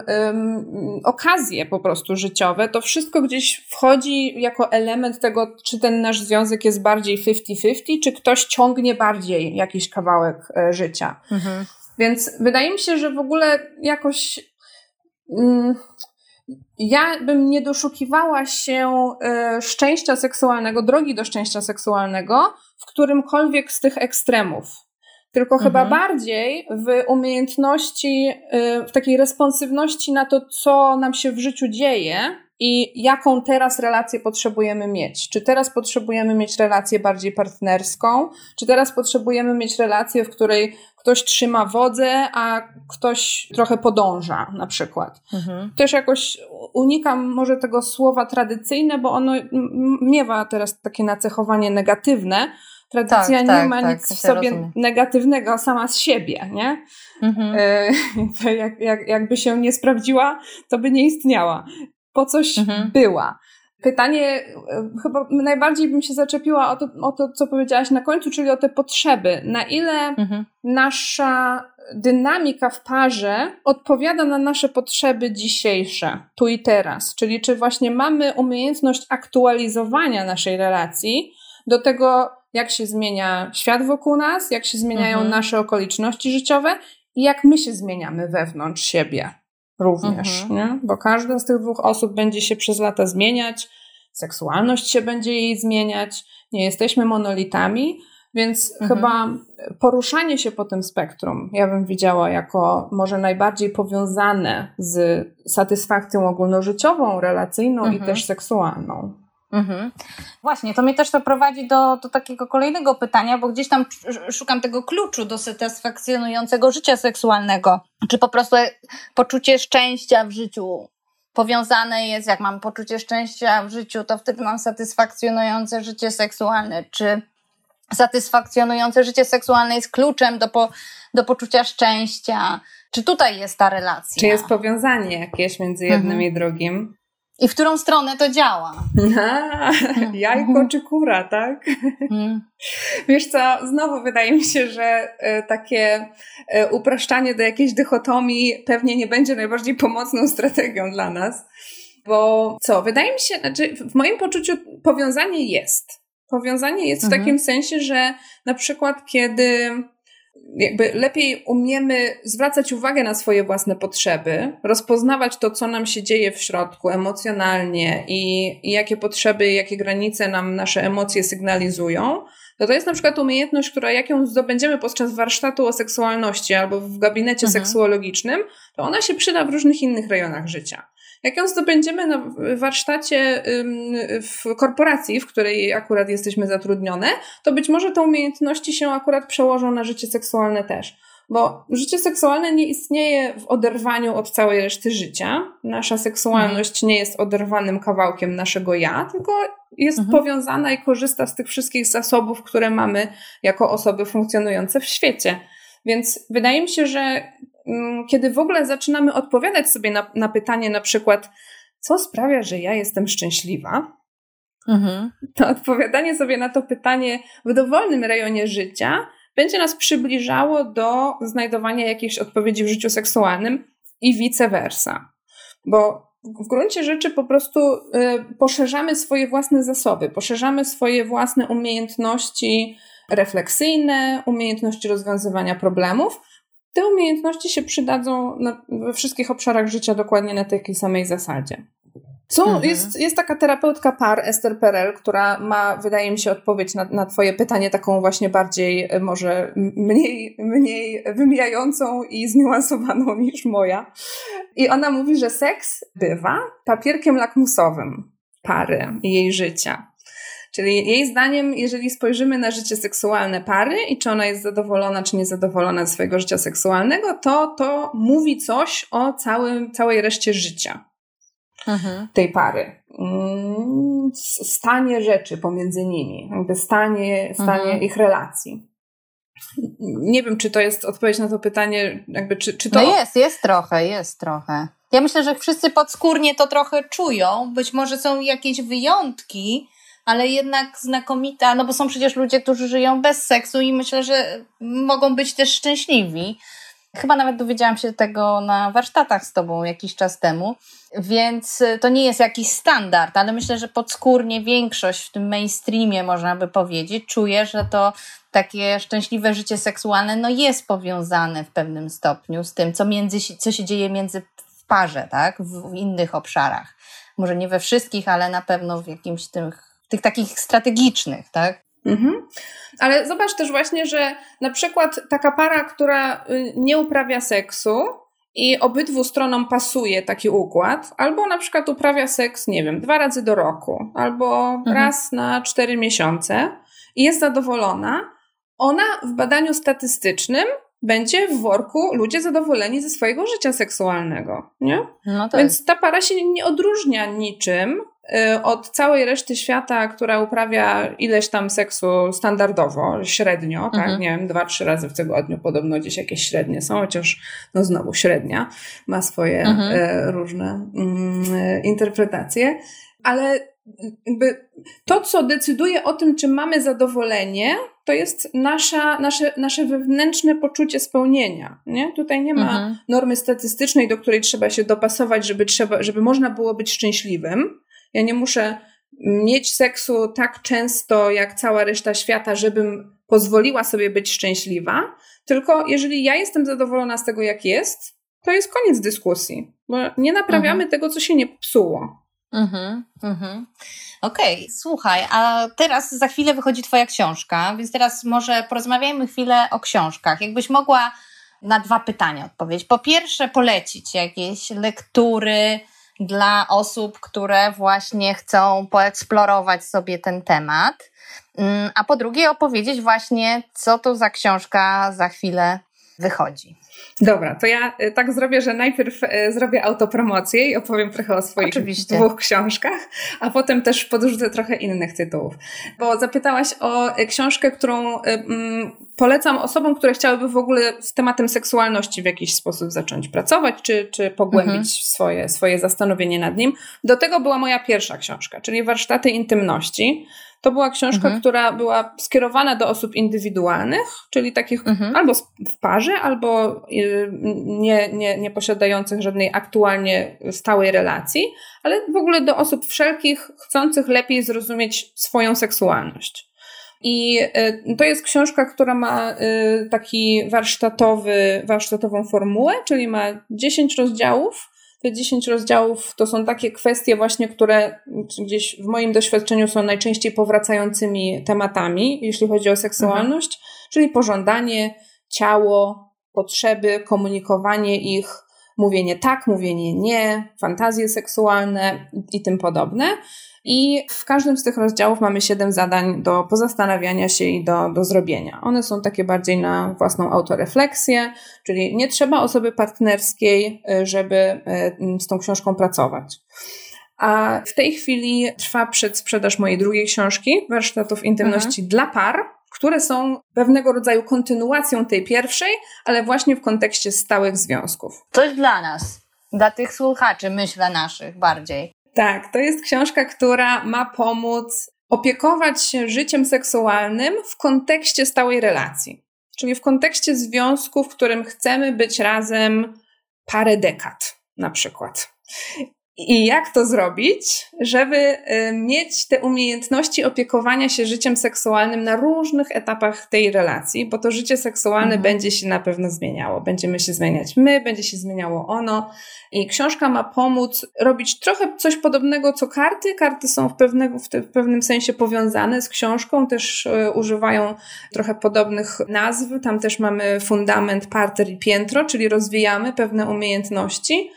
ym, okazje po prostu życiowe, to wszystko gdzieś wchodzi jako element tego, czy ten nasz związek jest bardziej fifty fifty, czy ktoś ciągnie bardziej jakiś kawałek e, życia. Mhm. Więc wydaje mi się, że w ogóle jakoś ym, ja bym nie doszukiwała się y, szczęścia seksualnego, drogi do szczęścia seksualnego w którymkolwiek z tych ekstremów. Tylko mhm. chyba bardziej w umiejętności, y, w takiej responsywności na to, co nam się w życiu dzieje i jaką teraz relację potrzebujemy mieć. Czy teraz potrzebujemy mieć relację bardziej partnerską, czy teraz potrzebujemy mieć relację, w której ktoś trzyma wodzę, a ktoś trochę podąża na przykład. Mhm. Też jakoś unikam może tego słowa tradycyjne, bo ono miewa teraz takie nacechowanie negatywne. Tradycja tak, nie tak, ma tak, nic w sobie rozumiem. Negatywnego sama z siebie, nie? Mhm. E, jak, jak, jakby się nie sprawdziła, to by nie istniała. Po coś mhm. była. Pytanie, chyba najbardziej bym się zaczepiła o to, o to, co powiedziałaś na końcu, czyli o te potrzeby. Na ile mhm. nasza dynamika w parze odpowiada na nasze potrzeby dzisiejsze, tu i teraz. Czyli czy właśnie mamy umiejętność aktualizowania naszej relacji do tego, jak się zmienia świat wokół nas, jak się zmieniają mhm. nasze okoliczności życiowe i jak my się zmieniamy wewnątrz siebie. Również, mhm. nie? Bo każda z tych dwóch osób będzie się przez lata zmieniać, seksualność się będzie jej zmieniać, nie jesteśmy monolitami, więc mhm. chyba poruszanie się po tym spektrum ja bym widziała jako może najbardziej powiązane z satysfakcją ogólnożyciową, relacyjną mhm. i też seksualną. Mhm. Właśnie, to mnie też to prowadzi do, do takiego kolejnego pytania, bo gdzieś tam szukam tego kluczu do satysfakcjonującego życia seksualnego. Czy po prostu poczucie szczęścia w życiu powiązane jest, jak mam poczucie szczęścia w życiu, to wtedy mam satysfakcjonujące życie seksualne. Czy satysfakcjonujące życie seksualne jest kluczem do, po, do poczucia szczęścia? Czy tutaj jest ta relacja? Czy jest powiązanie jakieś między jednym mhm. i drugim? I w którą stronę to działa? A, jajko czy kura, tak? Mm. Wiesz co, znowu wydaje mi się, że y, takie y, upraszczanie do jakiejś dychotomii pewnie nie będzie najbardziej pomocną strategią dla nas. Bo co, wydaje mi się, znaczy w moim poczuciu powiązanie jest. Powiązanie jest mhm. w takim sensie, że na przykład kiedy jakby lepiej umiemy zwracać uwagę na swoje własne potrzeby, rozpoznawać to, co nam się dzieje w środku emocjonalnie i, i jakie potrzeby, jakie granice nam nasze emocje sygnalizują, to to jest na przykład umiejętność, która jak ją zdobędziemy podczas warsztatu o seksualności albo w gabinecie mhm. seksuologicznym, to ona się przyda w różnych innych rejonach życia. Jak ją zdobędziemy na warsztacie w korporacji, w której akurat jesteśmy zatrudnione, to być może te umiejętności się akurat przełożą na życie seksualne też. Bo życie seksualne nie istnieje w oderwaniu od całej reszty życia. Nasza seksualność mhm. nie jest oderwanym kawałkiem naszego ja, tylko jest mhm. powiązana i korzysta z tych wszystkich zasobów, które mamy jako osoby funkcjonujące w świecie. Więc wydaje mi się, że kiedy w ogóle zaczynamy odpowiadać sobie na, na pytanie na przykład, co sprawia, że ja jestem szczęśliwa, mhm. to odpowiadanie sobie na to pytanie w dowolnym rejonie życia będzie nas przybliżało do znajdowania jakiejś odpowiedzi w życiu seksualnym i vice versa. Bo w gruncie rzeczy po prostu y, poszerzamy swoje własne zasoby, poszerzamy swoje własne umiejętności refleksyjne, umiejętności rozwiązywania problemów. Te umiejętności się przydadzą na, we wszystkich obszarach życia dokładnie na takiej samej zasadzie. Co, mhm. jest, jest taka terapeutka par, Esther Perel, która ma, wydaje mi się, odpowiedź na, na twoje pytanie taką właśnie bardziej, może mniej, mniej wymijającą i zniuansowaną niż moja. I ona mówi, że seks bywa papierkiem lakmusowym pary i jej życia. Czyli jej zdaniem, jeżeli spojrzymy na życie seksualne pary i czy ona jest zadowolona, czy niezadowolona ze swojego życia seksualnego, to to mówi coś o całym, całej reszcie życia mhm. tej pary. Stanie rzeczy pomiędzy nimi, jakby stanie, stanie mhm. ich relacji. Nie wiem, czy to jest odpowiedź na to pytanie, jakby czy, czy to... No jest, jest trochę, jest trochę. Ja myślę, że wszyscy podskórnie to trochę czują. Być może są jakieś wyjątki, ale jednak znakomita, no bo są przecież ludzie, którzy żyją bez seksu i myślę, że mogą być też szczęśliwi. Chyba nawet dowiedziałam się tego na warsztatach z tobą jakiś czas temu, więc to nie jest jakiś standard, ale myślę, że podskórnie większość w tym mainstreamie, można by powiedzieć, czuje, że to takie szczęśliwe życie seksualne no jest powiązane w pewnym stopniu z tym, co, między, co się dzieje między w parze, tak? W, w innych obszarach. Może nie we wszystkich, ale na pewno w jakimś tych tych takich strategicznych, tak? Mhm. Ale zobacz też właśnie, że na przykład taka para, która nie uprawia seksu i obydwu stronom pasuje taki układ, albo na przykład uprawia seks, nie wiem, dwa razy do roku, albo mhm. raz na cztery miesiące i jest zadowolona, ona w badaniu statystycznym będzie w worku ludzie zadowoleni ze swojego życia seksualnego, nie? No tak. Więc ta para się nie odróżnia niczym od całej reszty świata, która uprawia ileś tam seksu standardowo, średnio, mhm. tak, nie wiem, dwa, trzy razy w tygodniu, podobno gdzieś jakieś średnie są, chociaż no znowu średnia ma swoje mhm. e, różne mm, interpretacje, ale jakby to, co decyduje o tym, czy mamy zadowolenie, to jest nasza, nasze, nasze wewnętrzne poczucie spełnienia, nie? Tutaj nie ma mhm. normy statystycznej, do której trzeba się dopasować, żeby, trzeba, żeby można było być szczęśliwym. Ja nie muszę mieć seksu tak często jak cała reszta świata, żebym pozwoliła sobie być szczęśliwa, tylko jeżeli ja jestem zadowolona z tego, jak jest, to jest koniec dyskusji, bo nie naprawiamy mhm. tego, co się nie popsuło. Mhm, mhm. Okej, okay, słuchaj, a teraz za chwilę wychodzi twoja książka, więc teraz może porozmawiajmy chwilę o książkach. Jakbyś mogła na dwa pytania odpowiedzieć. Po pierwsze, polecić jakieś lektury dla osób, które właśnie chcą poeksplorować sobie ten temat, a po drugie opowiedzieć właśnie, co to za książka za chwilę wychodzi. Dobra, to ja tak zrobię, że najpierw zrobię autopromocję i opowiem trochę o swoich Oczywiście. dwóch książkach, a potem też podrzucę trochę innych tytułów. Bo zapytałaś o książkę, którą um, polecam osobom, które chciałyby w ogóle z tematem seksualności w jakiś sposób zacząć pracować, czy, czy pogłębić mhm. swoje, swoje zastanowienie nad nim. Do tego była moja pierwsza książka, czyli Warsztaty Intymności. To była książka, mhm. która była skierowana do osób indywidualnych, czyli takich mhm. albo w parze, albo nie, nie, nie posiadających żadnej aktualnie stałej relacji, ale w ogóle do osób wszelkich, chcących lepiej zrozumieć swoją seksualność. I to jest książka, która ma taki warsztatowy, warsztatową formułę, czyli ma dziesięć rozdziałów. Te dziesięć rozdziałów to są takie kwestie właśnie, które gdzieś w moim doświadczeniu są najczęściej powracającymi tematami, jeśli chodzi o seksualność, mhm. czyli pożądanie, ciało, potrzeby, komunikowanie ich, mówienie tak, mówienie nie, fantazje seksualne i tym podobne. I w każdym z tych rozdziałów mamy siedem zadań do pozastanawiania się i do, do zrobienia. One są takie bardziej na własną autorefleksję, czyli nie trzeba osoby partnerskiej, żeby z tą książką pracować. A w tej chwili trwa przedsprzedaż mojej drugiej książki, Warsztatów Intymności mhm. dla par, które są pewnego rodzaju kontynuacją tej pierwszej, ale właśnie w kontekście stałych związków. Coś dla nas, dla tych słuchaczy, myślę naszych bardziej. Tak, to jest książka, która ma pomóc opiekować się życiem seksualnym w kontekście stałej relacji. Czyli w kontekście związku, w którym chcemy być razem parę dekad na przykład. I jak to zrobić, żeby mieć te umiejętności opiekowania się życiem seksualnym na różnych etapach tej relacji, bo to życie seksualne mhm. będzie się na pewno zmieniało. Będziemy się zmieniać my, będzie się zmieniało ono. I książka ma pomóc robić trochę coś podobnego co karty. Karty są w, pewnego, w, te, w pewnym sensie powiązane z książką, też y, używają trochę podobnych nazw. Tam też mamy fundament, parter i piętro, czyli rozwijamy pewne umiejętności.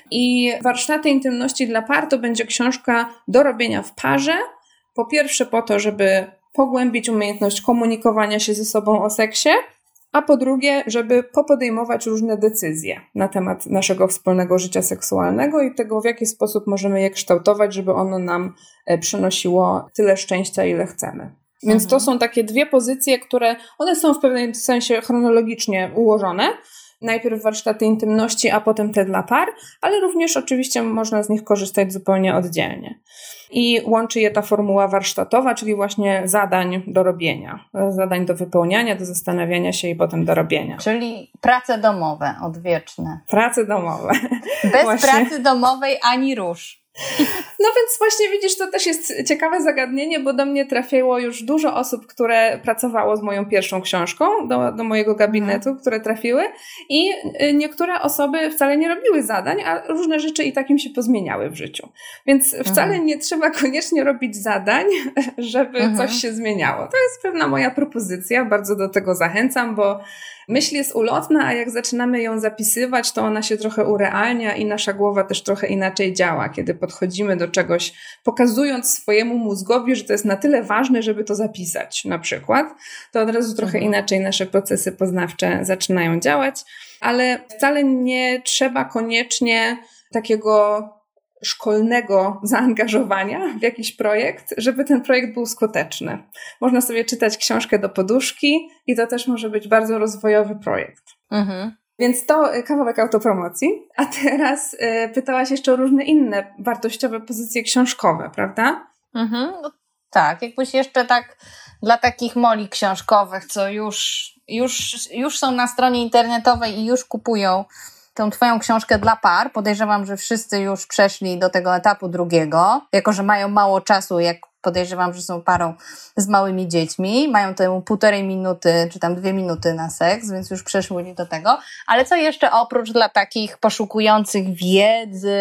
I Warsztaty Intymności dla par to będzie książka do robienia w parze. Po pierwsze po to, żeby pogłębić umiejętność komunikowania się ze sobą o seksie, a po drugie, żeby popodejmować różne decyzje na temat naszego wspólnego życia seksualnego i tego, w jaki sposób możemy je kształtować, żeby ono nam przynosiło tyle szczęścia, ile chcemy. Więc mhm. to są takie dwie pozycje, które one są w pewnym sensie chronologicznie ułożone. Najpierw warsztaty intymności, a potem te dla par, ale również oczywiście można z nich korzystać zupełnie oddzielnie. I łączy je ta formuła warsztatowa, czyli właśnie zadań do robienia, zadań do wypełniania, do zastanawiania się i potem do robienia. Czyli prace domowe, odwieczne. Prace domowe. Bez właśnie. Pracy domowej ani rusz. No więc właśnie widzisz, to też jest ciekawe zagadnienie, bo do mnie trafiło już dużo osób, które pracowało z moją pierwszą książką, do, do mojego gabinetu, mhm. które trafiły i niektóre osoby wcale nie robiły zadań, a różne rzeczy i tak im się pozmieniały w życiu. Więc wcale mhm. nie trzeba koniecznie robić zadań, żeby mhm. coś się zmieniało. To jest pewna moja propozycja, bardzo do tego zachęcam, bo myśl jest ulotna, a jak zaczynamy ją zapisywać, to ona się trochę urealnia i nasza głowa też trochę inaczej działa, kiedy podchodzimy do czegoś, pokazując swojemu mózgowi, że to jest na tyle ważne, żeby to zapisać na przykład, to od razu trochę mhm. inaczej nasze procesy poznawcze zaczynają działać, ale wcale nie trzeba koniecznie takiego szkolnego zaangażowania w jakiś projekt, żeby ten projekt był skuteczny. Można sobie czytać książkę do poduszki i to też może być bardzo rozwojowy projekt. Mhm. Więc to kawałek autopromocji. A teraz y, pytałaś jeszcze o różne inne wartościowe pozycje książkowe, prawda? Mhm. No, tak, jakbyś jeszcze tak dla takich moli książkowych, co już, już, już są na stronie internetowej i już kupują tą twoją książkę dla par. Podejrzewam, że wszyscy już przeszli do tego etapu drugiego, jako że mają mało czasu, jak podejrzewam, że są parą z małymi dziećmi, mają tę półtorej minuty, czy tam dwie minuty na seks, więc już przeszli do tego. Ale co jeszcze oprócz dla takich poszukujących wiedzy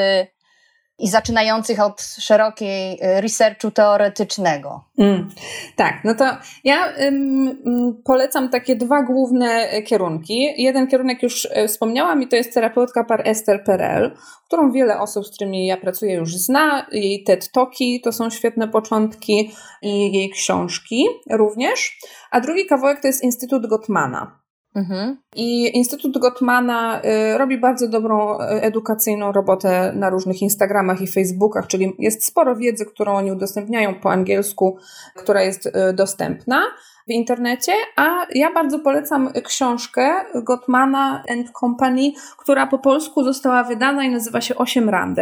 i zaczynających od szerokiej researchu teoretycznego? Mm, tak, no to ja ym, polecam takie dwa główne kierunki. Jeden kierunek już wspomniałam i to jest terapeutka par Esther Perel, którą wiele osób, z którymi ja pracuję, już zna. Jej TED Talki to są świetne początki i jej książki również. A drugi kawałek to jest Instytut Gottmana. Mhm. I Instytut Gottmana y, robi bardzo dobrą edukacyjną robotę na różnych Instagramach i Facebookach, czyli jest sporo wiedzy, którą oni udostępniają po angielsku, która jest y, dostępna w internecie, a ja bardzo polecam książkę Gottmana and Company, która po polsku została wydana i nazywa się Osiem randek.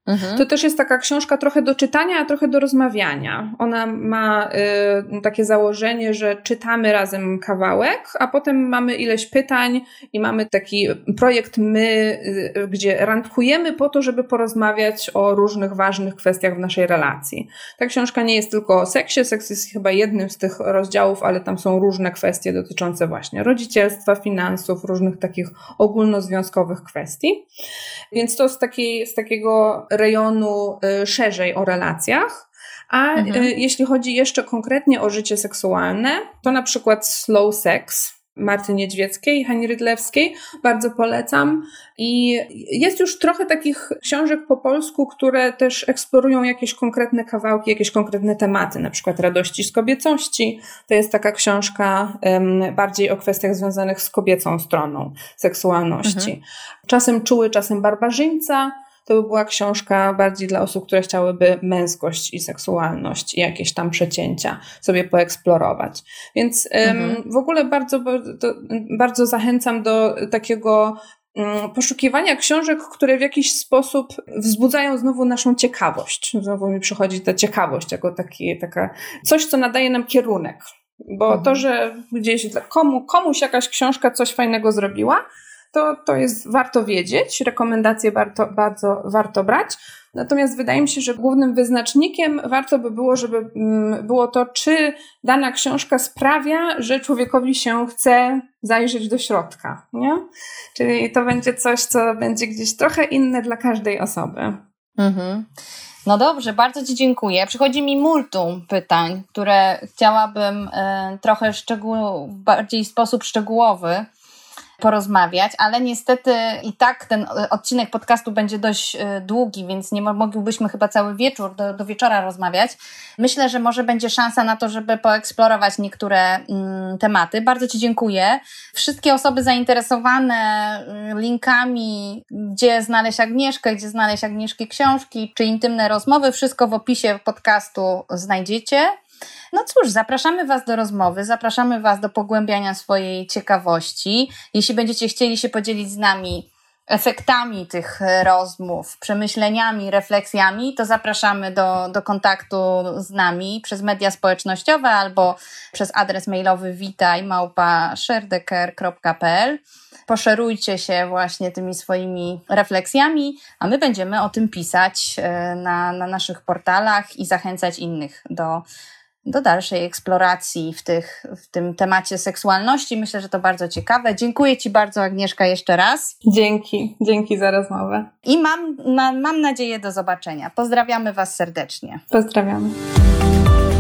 Mhm. To też jest taka książka trochę do czytania, a trochę do rozmawiania. Ona ma y, takie założenie, że czytamy razem kawałek, a potem mamy ileś pytań i mamy taki projekt my, y, gdzie randkujemy po to, żeby porozmawiać o różnych ważnych kwestiach w naszej relacji. Ta książka nie jest tylko o seksie, seks jest chyba jednym z tych rozdziałów, ale tam są różne kwestie dotyczące właśnie rodzicielstwa, finansów, różnych takich ogólnozwiązkowych kwestii. Więc to z, takiej, z takiego rejonu y, szerzej o relacjach. A mhm. y, jeśli chodzi jeszcze konkretnie o życie seksualne, to na przykład Slow Sex Marty Niedźwieckiej i Hani Rydlewskiej bardzo polecam. I jest już trochę takich książek po polsku, które też eksplorują jakieś konkretne kawałki, jakieś konkretne tematy, na przykład Radości z kobiecości. To jest taka książka um, bardziej o kwestiach związanych z kobiecą stroną seksualności. Mhm. Czasem Czuły, czasem Barbarzyńca. To by była książka bardziej dla osób, które chciałyby męskość i seksualność i jakieś tam przecięcia sobie poeksplorować. Więc mhm. um, w ogóle bardzo, bardzo, bardzo zachęcam do takiego um, poszukiwania książek, które w jakiś sposób wzbudzają znowu naszą ciekawość. Znowu mi przychodzi ta ciekawość jako taki, taka coś, co nadaje nam kierunek. Bo mhm. to, że gdzieś komu, komuś jakaś książka coś fajnego zrobiła, To, to jest warto wiedzieć, rekomendacje warto, bardzo warto brać. Natomiast wydaje mi się, że głównym wyznacznikiem warto by było, żeby było to, czy dana książka sprawia, że człowiekowi się chce zajrzeć do środka, nie? Czyli to będzie coś, co będzie gdzieś trochę inne dla każdej osoby. Mhm. No dobrze, bardzo Ci dziękuję. Przychodzi mi multum pytań, które chciałabym y, trochę szczegół, bardziej w sposób szczegółowy porozmawiać, ale niestety i tak ten odcinek podcastu będzie dość długi, więc nie moglibyśmy chyba cały wieczór do, do wieczora rozmawiać. Myślę, że może będzie szansa na to, żeby poeksplorować niektóre mm, tematy. Bardzo Ci dziękuję. Wszystkie osoby zainteresowane linkami, gdzie znaleźć Agnieszkę, gdzie znaleźć Agnieszki książki, czy intymne rozmowy, wszystko w opisie podcastu znajdziecie. No cóż, zapraszamy Was do rozmowy, zapraszamy Was do pogłębiania swojej ciekawości. Jeśli będziecie chcieli się podzielić z nami efektami tych rozmów, przemyśleniami, refleksjami, to zapraszamy do, do kontaktu z nami przez media społecznościowe albo przez adres mailowy witaj małpa sharedecker kropka p l. Poszerujcie się właśnie tymi swoimi refleksjami, a my będziemy o tym pisać na, na naszych portalach i zachęcać innych do do dalszej eksploracji w, tych, w tym temacie seksualności. Myślę, że to bardzo ciekawe. Dziękuję Ci bardzo, Agnieszka, jeszcze raz. Dzięki, dzięki za rozmowę. I mam, na, mam nadzieję do zobaczenia. Pozdrawiamy Was serdecznie. Pozdrawiamy.